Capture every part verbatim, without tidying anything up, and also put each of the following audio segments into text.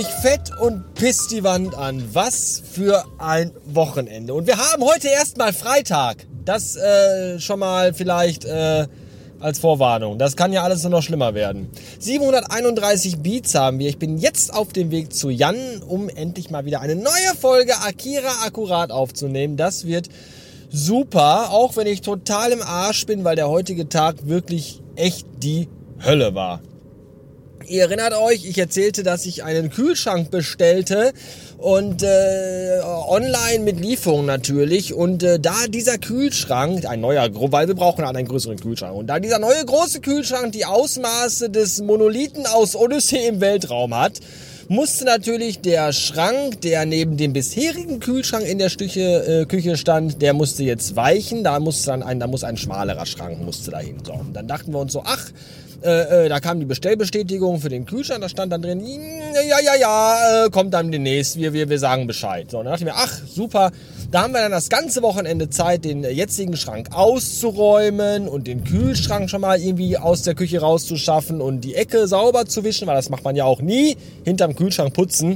mich fett und pisst die Wand an. Was für ein Wochenende. Und wir haben heute erstmal Freitag. Das äh, schon mal vielleicht äh, als Vorwarnung. Das kann ja alles nur noch schlimmer werden. siebenhunderteinunddreißig Beats haben wir. Ich bin jetzt auf dem Weg zu Jan, um endlich mal wieder eine neue Folge Akira Akkurat aufzunehmen. Das wird super, auch wenn ich total im Arsch bin, weil der heutige Tag wirklich echt die Hölle war. Ihr erinnert euch, ich erzählte, dass ich einen Kühlschrank bestellte und äh, online mit Lieferung natürlich. Und äh, da dieser Kühlschrank, ein neuer, weil wir brauchen einen größeren Kühlschrank. Und da dieser neue große Kühlschrank die Ausmaße des Monolithen aus Odyssee im Weltraum hat, musste natürlich der Schrank, der neben dem bisherigen Kühlschrank in der Küche, äh, Küche stand, der musste jetzt weichen. Da musste dann ein, da muss ein schmalerer Schrank musste dahin. So, und dann dachten wir uns so, ach, Äh, äh, da kam die Bestellbestätigung für den Kühlschrank, da stand dann drin, ja, ja, ja, äh, kommt dann demnächst, wir, wir, wir sagen Bescheid. So, und dann dachte ich mir, ach, super, da haben wir dann das ganze Wochenende Zeit, den jetzigen Schrank auszuräumen und den Kühlschrank schon mal irgendwie aus der Küche rauszuschaffen und die Ecke sauber zu wischen, weil das macht man ja auch nie, hinterm Kühlschrank putzen.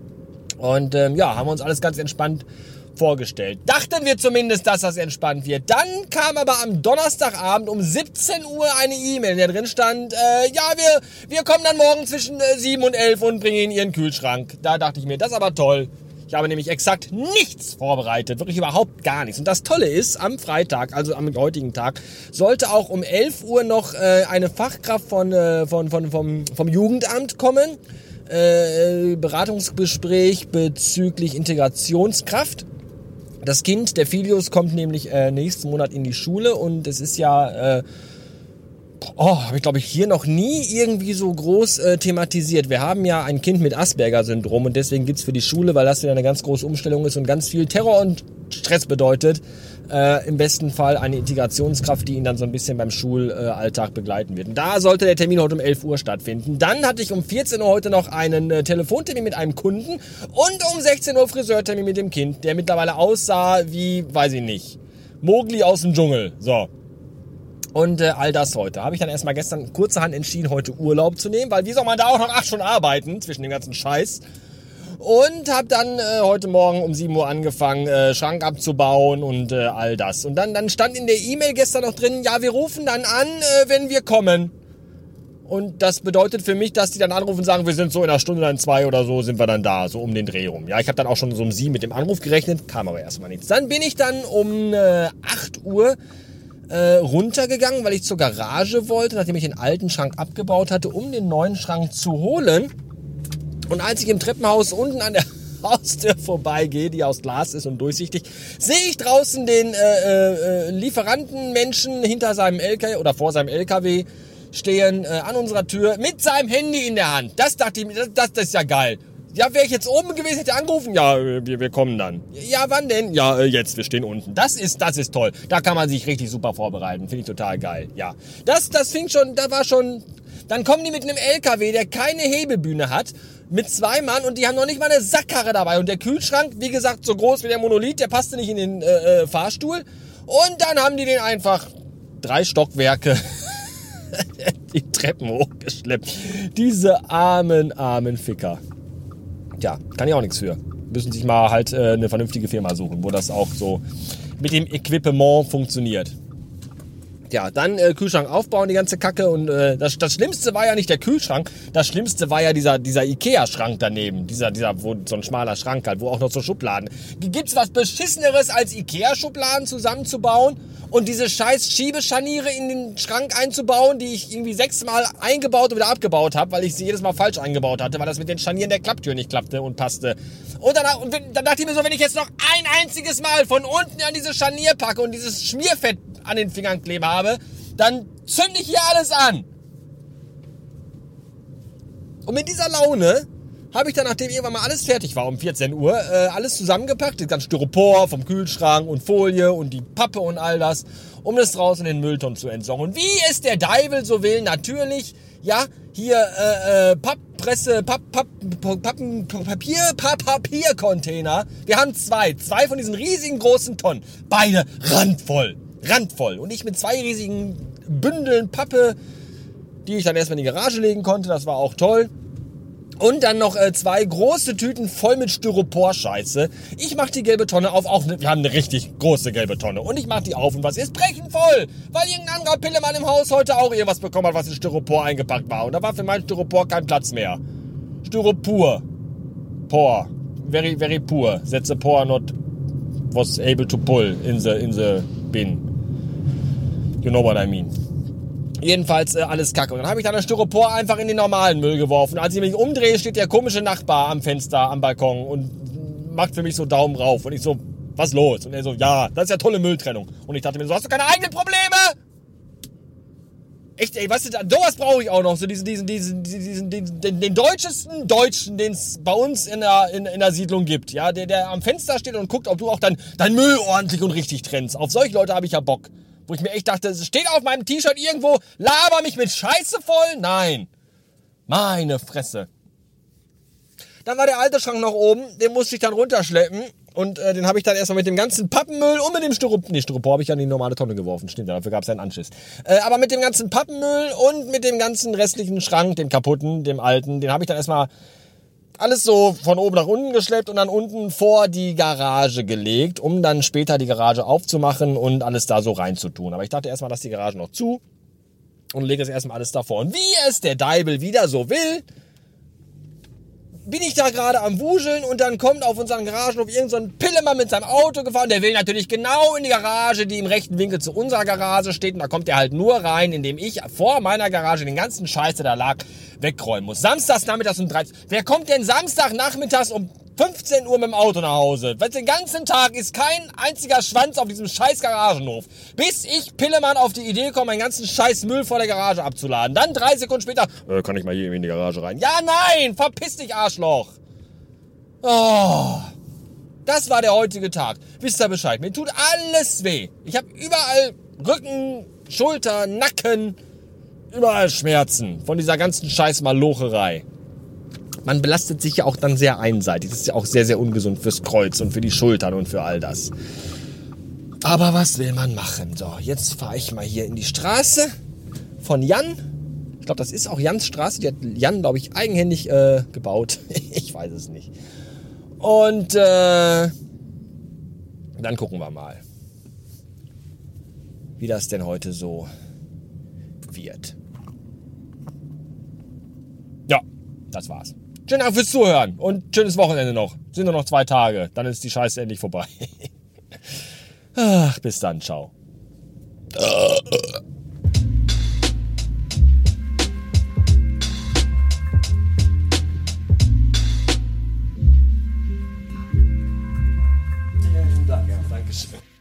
Und ähm, ja, haben wir uns alles ganz entspannt vorgestellt. Dachten wir zumindest, dass das entspannt wird. Dann kam aber am Donnerstagabend um siebzehn Uhr eine E-Mail, in der drin stand, äh, ja, wir, wir kommen dann morgen zwischen äh, sieben und elf und bringen Ihnen Ihren Kühlschrank. Da dachte ich mir, das ist aber toll. Ich habe nämlich exakt nichts vorbereitet, wirklich überhaupt gar nichts. Und das Tolle ist, am Freitag, also am heutigen Tag, sollte auch um elf Uhr noch äh, eine Fachkraft von, äh, von, von, vom, vom Jugendamt kommen. Äh, Beratungsgespräch bezüglich Integrationskraft. Das Kind, der Filius, kommt nämlich äh, nächsten Monat in die Schule und es ist ja, äh, oh, habe ich glaube ich hier noch nie irgendwie so groß äh, thematisiert. Wir haben ja ein Kind mit Asperger-Syndrom und deswegen gibt's für die Schule, weil das wieder eine ganz große Umstellung ist und ganz viel Terror und Stress bedeutet, äh, im besten Fall eine Integrationskraft, die ihn dann so ein bisschen beim Schulalltag begleiten wird. Und da sollte der Termin heute um elf Uhr stattfinden. Dann hatte ich um vierzehn Uhr heute noch einen äh, Telefontermin mit einem Kunden und um sechzehn Uhr Friseurtermin mit dem Kind, der mittlerweile aussah wie, weiß ich nicht, Mowgli aus dem Dschungel. So. Und äh, all das heute. Habe ich dann erstmal gestern kurzerhand entschieden, heute Urlaub zu nehmen, weil wie soll man da auch noch acht Stunden arbeiten zwischen dem ganzen Scheiß? Und habe dann äh, heute Morgen um sieben Uhr angefangen, äh, Schrank abzubauen und äh, all das. Und dann, dann stand in der E-Mail gestern noch drin, ja, wir rufen dann an, äh, wenn wir kommen. Und das bedeutet für mich, dass die dann anrufen und sagen, wir sind so in einer Stunde, dann zwei oder so, sind wir dann da, so um den Dreh rum. Ja, ich habe dann auch schon so um sieben mit dem Anruf gerechnet, kam aber erstmal nichts. Dann bin ich dann um äh, acht Uhr äh, runtergegangen, weil ich zur Garage wollte, nachdem ich den alten Schrank abgebaut hatte, um den neuen Schrank zu holen. Und als ich im Treppenhaus unten an der Haustür vorbeigehe, die aus Glas ist und durchsichtig, sehe ich draußen den äh, äh, Lieferantenmenschen hinter seinem L K W oder vor seinem L K W stehen äh, an unserer Tür mit seinem Handy in der Hand. Das dachte ich mir, das, das, das ist ja geil. Ja, wäre ich jetzt oben gewesen, hätte angerufen. Ja, wir, wir kommen dann. Ja, wann denn? Ja, äh, jetzt, wir stehen unten. Das ist, das ist toll. Da kann man sich richtig super vorbereiten. Finde ich total geil. Ja, das, das fing schon, da war schon. Dann kommen die mit einem L K W, der keine Hebebühne hat, mit zwei Mann und die haben noch nicht mal eine Sackkarre dabei. Und der Kühlschrank, wie gesagt, so groß wie der Monolith, der passte nicht in den äh, Fahrstuhl. Und dann haben die den einfach drei Stockwerke die Treppen hochgeschleppt. Diese armen, armen Ficker. Tja, kann ich auch nichts für. Müssen sich mal halt äh, eine vernünftige Firma suchen, wo das auch so mit dem Equipement funktioniert. Ja, dann äh, Kühlschrank aufbauen, die ganze Kacke. Und äh, das, das Schlimmste war ja nicht der Kühlschrank, das Schlimmste war ja dieser, dieser Ikea-Schrank daneben. Dieser, dieser, wo so ein schmaler Schrank halt, wo auch noch so Schubladen. Gibt's was Beschisseneres, als Ikea-Schubladen zusammenzubauen und diese scheiß Schiebescharniere in den Schrank einzubauen, die ich irgendwie sechsmal eingebaut und wieder abgebaut habe, weil ich sie jedes Mal falsch eingebaut hatte, weil das mit den Scharnieren der Klapptür nicht klappte und passte. Und dann, und dann dachte ich mir so, wenn ich jetzt noch ein einziges Mal von unten an diese Scharnier packe und dieses Schmierfett an den Fingern kleben habe, dann zünde ich hier alles an. Und mit dieser Laune habe ich dann, nachdem irgendwann mal alles fertig war, um vierzehn Uhr, äh, alles zusammengepackt, das ganze Styropor vom Kühlschrank und Folie und die Pappe und all das, um das draußen in den Müllton zu entsorgen. Und wie es der Deivel so will, natürlich, ja, hier äh, äh, Papppresse, Papp, Papp, Pappen, Papier, Papp, Papiercontainer. Wir haben zwei, zwei von diesen riesigen großen Tonnen, beide randvoll. Randvoll. Und ich mit zwei riesigen Bündeln Pappe, die ich dann erstmal in die Garage legen konnte. Das war auch toll. Und dann noch äh, zwei große Tüten voll mit Styropor-Scheiße. Ich mach die gelbe Tonne auf. Auch ne, wir haben eine richtig große gelbe Tonne. Und ich mach die auf und was ist? Brechen voll! Weil irgendein anderer Pillemann im Haus heute auch irgendwas bekommen hat, was in Styropor eingepackt war. Und da war für mein Styropor kein Platz mehr. Styropor. Por. Very, very poor. That's the por not was able to pull in the, in the bin. You know what I mean. Jedenfalls äh, alles kacke. Und dann habe ich dann das Styropor einfach in den normalen Müll geworfen. Als ich mich umdrehe, steht der komische Nachbar am Fenster, am Balkon und macht für mich so Daumen rauf. Und ich so, was los? Und er so, ja, das ist ja tolle Mülltrennung. Und ich dachte mir so, hast du keine eigenen Probleme? Echt, ey, weißt du, sowas brauche ich auch noch. So diesen, diesen, diesen, diesen, diesen den, den deutschesten Deutschen, den es bei uns in der, in, in der Siedlung gibt. Ja, der, der am Fenster steht und guckt, ob du auch dein, dein Müll ordentlich und richtig trennst. Auf solche Leute habe ich ja Bock. Wo ich mir echt dachte, es steht auf meinem T-Shirt irgendwo, laber mich mit Scheiße voll? Nein. Meine Fresse. Dann war der alte Schrank noch oben, den musste ich dann runterschleppen. Und äh, den habe ich dann erstmal mit dem ganzen Pappenmüll und mit dem Styropor, nee, Styropor habe ich ja in die normale Tonne geworfen, stimmt, dafür gab es ja einen Anschiss. Äh, aber mit dem ganzen Pappenmüll und mit dem ganzen restlichen Schrank, dem kaputten, dem alten, den habe ich dann erstmal alles so von oben nach unten geschleppt und dann unten vor die Garage gelegt, um dann später die Garage aufzumachen und alles da so reinzutun. Aber ich dachte erstmal, dass die Garage noch zu und lege es erstmal alles davor. Und wie es der Deibel wieder so will, bin ich da gerade am Wuscheln und dann kommt auf unseren Garagenhof irgend so ein Pillemann mit seinem Auto gefahren. Der will natürlich genau in die Garage, die im rechten Winkel zu unserer Garage steht. Und da kommt er halt nur rein, indem ich vor meiner Garage den ganzen Scheiß, der da lag, wegräumen muss. Samstags nachmittags um dreizehn. Wer kommt denn Samstag nachmittags um fünfzehn Uhr mit dem Auto nach Hause? Weil den ganzen Tag ist kein einziger Schwanz auf diesem scheiß Garagenhof. Bis ich Pillemann auf die Idee komme, meinen ganzen scheiß Müll vor der Garage abzuladen. Dann drei Sekunden später, äh, kann ich mal hier in die Garage rein? Ja, nein! Verpiss dich, Arschloch! Oh, das war der heutige Tag. Wisst ihr Bescheid? Mir tut alles weh. Ich habe überall Rücken, Schulter, Nacken, überall Schmerzen von dieser ganzen scheiß Malocherei. Man belastet sich ja auch dann sehr einseitig. Das ist ja auch sehr, sehr ungesund fürs Kreuz und für die Schultern und für all das. Aber was will man machen? So, jetzt fahre ich mal hier in die Straße von Jan. Ich glaube, das ist auch Jans Straße. Die hat Jan, glaube ich, eigenhändig äh, gebaut. Ich weiß es nicht. Und äh, dann gucken wir mal, wie das denn heute so wird. Ja, das war's. Schönen Dank fürs Zuhören und schönes Wochenende noch. Sind nur noch zwei Tage, dann ist die Scheiße endlich vorbei. Ach, bis dann, ciao. Vielen Dank, ja, danke schön.